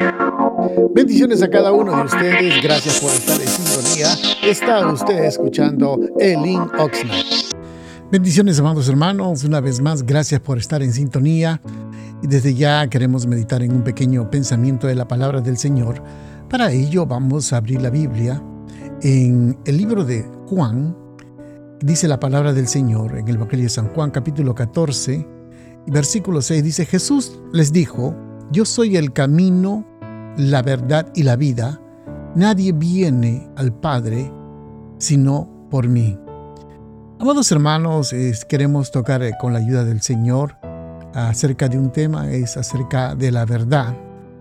Bendiciones a cada uno de ustedes. Gracias por estar en sintonía. Está usted escuchando Elin Oxnard. Bendiciones, amados hermanos. Una vez más, gracias por estar en sintonía. Y desde ya queremos meditar en un pequeño pensamiento de la palabra del Señor. Para ello vamos a abrir la Biblia en el libro de Juan. Dice la palabra del Señor en el Evangelio de San Juan, capítulo 14, versículo 6. Dice: Jesús les dijo: yo soy el camino, la verdad y la vida. Nadie viene al Padre sino por mí. Amados hermanos, queremos tocar con la ayuda del Señor acerca de un tema, es acerca de la verdad.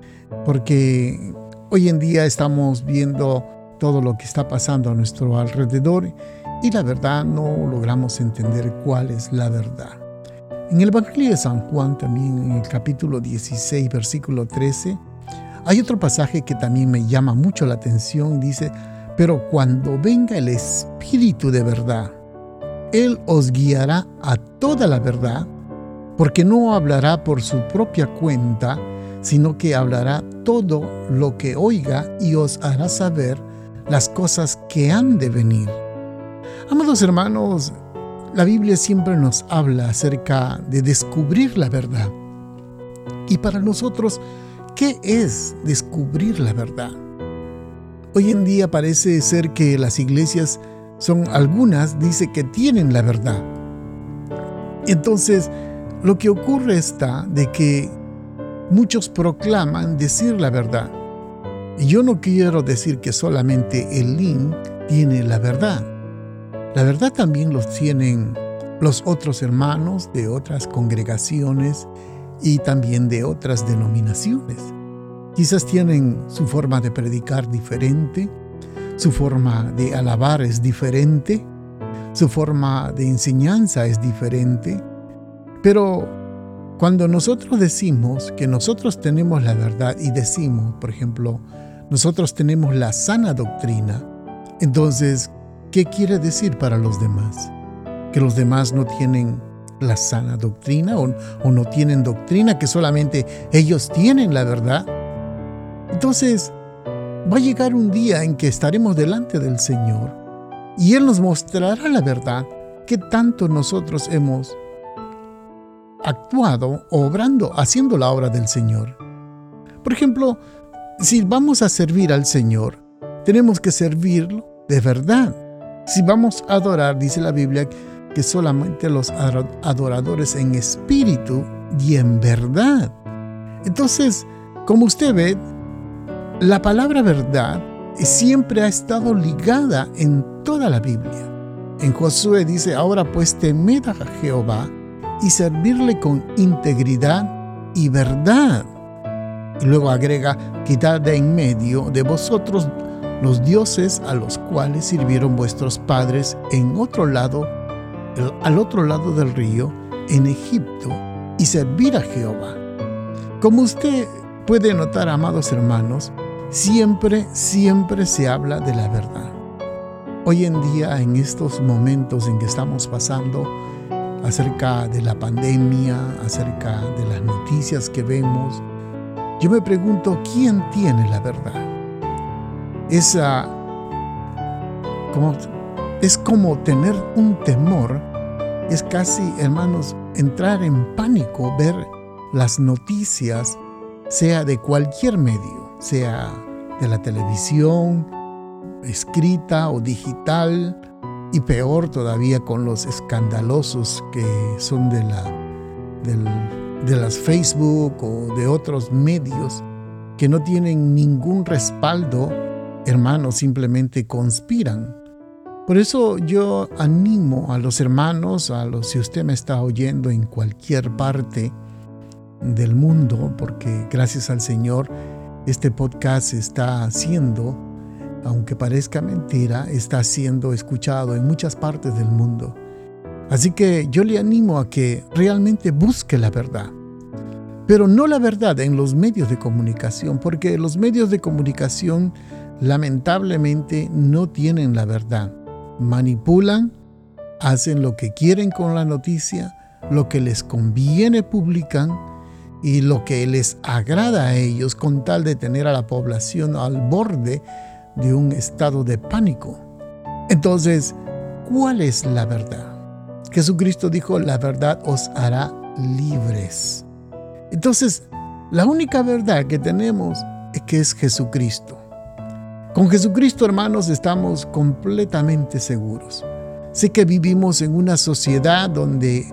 Porque hoy en día estamos viendo todo lo que está pasando a nuestro alrededor y la verdad no logramos entender cuál es la verdad. En el Evangelio de San Juan, también en el capítulo 16, versículo 13, hay otro pasaje que también me llama mucho la atención. Dice: pero cuando venga el Espíritu de verdad, Él os guiará a toda la verdad, porque no hablará por su propia cuenta, sino que hablará todo lo que oiga y os hará saber las cosas que han de venir. Amados hermanos, la Biblia siempre nos habla acerca de descubrir la verdad. Y para nosotros, ¿qué es descubrir la verdad? Hoy en día parece ser que las iglesias algunas dicen que tienen la verdad. Entonces, lo que ocurre está de que muchos proclaman decir la verdad. Y yo no quiero decir que solamente Elin tiene la verdad. La verdad también los tienen los otros hermanos de otras congregaciones y también de otras denominaciones. Quizás tienen su forma de predicar diferente, su forma de alabar es diferente, su forma de enseñanza es diferente. Pero cuando nosotros decimos que nosotros tenemos la verdad y decimos, por ejemplo, nosotros tenemos la sana doctrina, entonces, ¿qué quiere decir para los demás? ¿Que los demás no tienen la sana doctrina o no tienen doctrina, que solamente ellos tienen la verdad? Entonces, va a llegar un día en que estaremos delante del Señor y Él nos mostrará la verdad, que tanto nosotros hemos actuado, obrando, haciendo la obra del Señor. Por ejemplo, si vamos a servir al Señor, tenemos que servirlo de verdad. Si vamos a adorar, dice la Biblia, que solamente los adoradores en espíritu y en verdad. Entonces, como usted ve, la palabra verdad siempre ha estado ligada en toda la Biblia. En Josué dice: ahora pues temed a Jehová y servirle con integridad y verdad. Y luego agrega: quitad de en medio de vosotros los dioses a los cuales sirvieron vuestros padres en otro lado, al otro lado del río, en Egipto, y servir a Jehová. Como usted puede notar, amados hermanos, siempre se habla de la verdad. Hoy en día, en estos momentos en que estamos pasando, acerca de la pandemia, acerca de las noticias que vemos, yo me pregunto, ¿quién tiene la verdad? Es como tener un temor, es casi, hermanos, entrar en pánico, ver las noticias, sea de cualquier medio, sea de la televisión, escrita o digital, y peor todavía con los escandalosos que son de las Facebook o de otros medios que no tienen ningún respaldo. Hermanos, simplemente conspiran. Por eso yo animo a los hermanos, si usted me está oyendo en cualquier parte del mundo, porque gracias al Señor este podcast está haciendo, aunque parezca mentira, está siendo escuchado en muchas partes del mundo. Así que yo le animo a que realmente busque la verdad. Pero no la verdad en los medios de comunicación, porque los medios de comunicación lamentablemente no tienen la verdad. Manipulan, hacen lo que quieren con la noticia, lo que les conviene publican, y lo que les agrada a ellos, con tal de tener a la población al borde de un estado de pánico. Entonces, ¿cuál es la verdad? Jesucristo dijo, la verdad os hará libres. Entonces, la única verdad que tenemos es que es Jesucristo. Con Jesucristo, hermanos, estamos completamente seguros. Sé que vivimos en una sociedad donde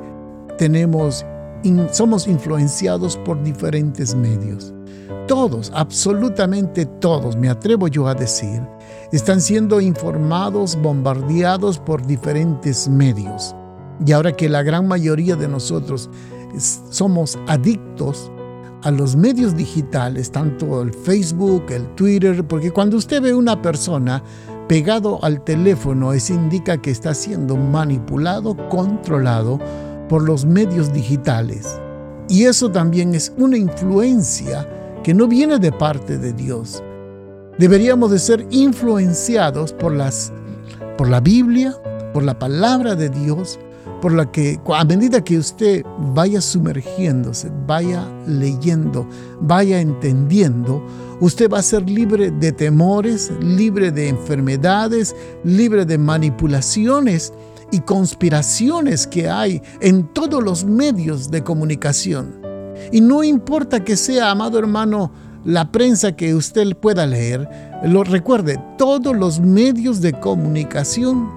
somos influenciados por diferentes medios. Todos, absolutamente todos, me atrevo yo a decir, están siendo informados, bombardeados por diferentes medios. Y ahora que la gran mayoría de nosotros somos adictos a los medios digitales, tanto el Facebook, el Twitter, porque cuando usted ve una persona pegado al teléfono, eso indica que está siendo manipulado, controlado por los medios digitales. Y eso también es una influencia que no viene de parte de Dios. Deberíamos de ser influenciados por la Biblia, por la palabra de Dios, por la que a medida que usted vaya sumergiéndose, vaya leyendo, vaya entendiendo, usted va a ser libre de temores, libre de enfermedades, libre de manipulaciones y conspiraciones que hay en todos los medios de comunicación. Y no importa que sea, amado hermano, la prensa que usted pueda leer, recuerde, todos los medios de comunicación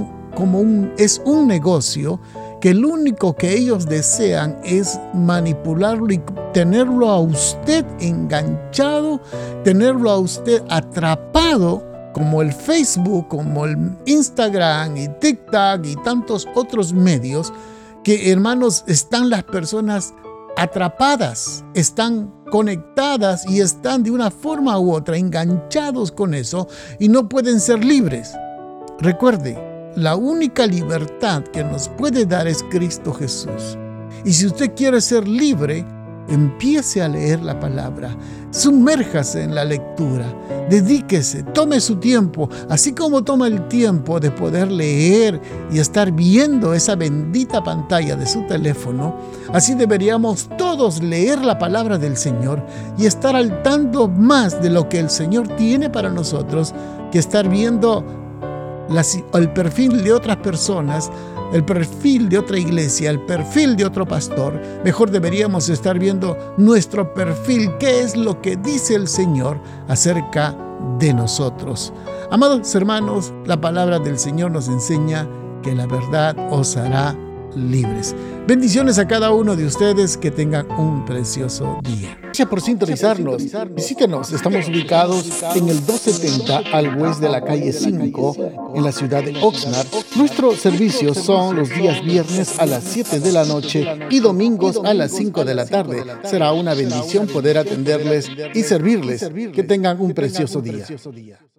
es un negocio que lo único que ellos desean es manipularlo y tenerlo a usted enganchado, tenerlo a usted atrapado, como el Facebook, como el Instagram y TikTok y tantos otros medios que, hermanos, están las personas atrapadas, están conectadas y están de una forma u otra enganchados con eso y no pueden ser libres. Recuerde, la única libertad que nos puede dar es Cristo Jesús. Y si usted quiere ser libre, empiece a leer la palabra, sumérjase en la lectura, dedíquese, tome su tiempo, así como toma el tiempo de poder leer y estar viendo esa bendita pantalla de su teléfono. Así deberíamos todos leer la palabra del Señor y estar al tanto más de lo que el Señor tiene para nosotros, que estar viendo el perfil de otras personas, el perfil de otra iglesia, el perfil de otro pastor. Mejor deberíamos estar viendo nuestro perfil, qué es lo que dice el Señor acerca de nosotros. Amados hermanos, la palabra del Señor nos enseña que la verdad os hará libres. Bendiciones a cada uno de ustedes, que tengan un precioso día. Gracias por sintonizarnos. Visítenos, estamos ubicados en el 270 al oeste de la calle 5 en la ciudad de Oxnard. Nuestros servicios son los días viernes a las 7 de la noche y domingos a las 5 de la tarde. Será una bendición poder atenderles y servirles. Que tengan un precioso día.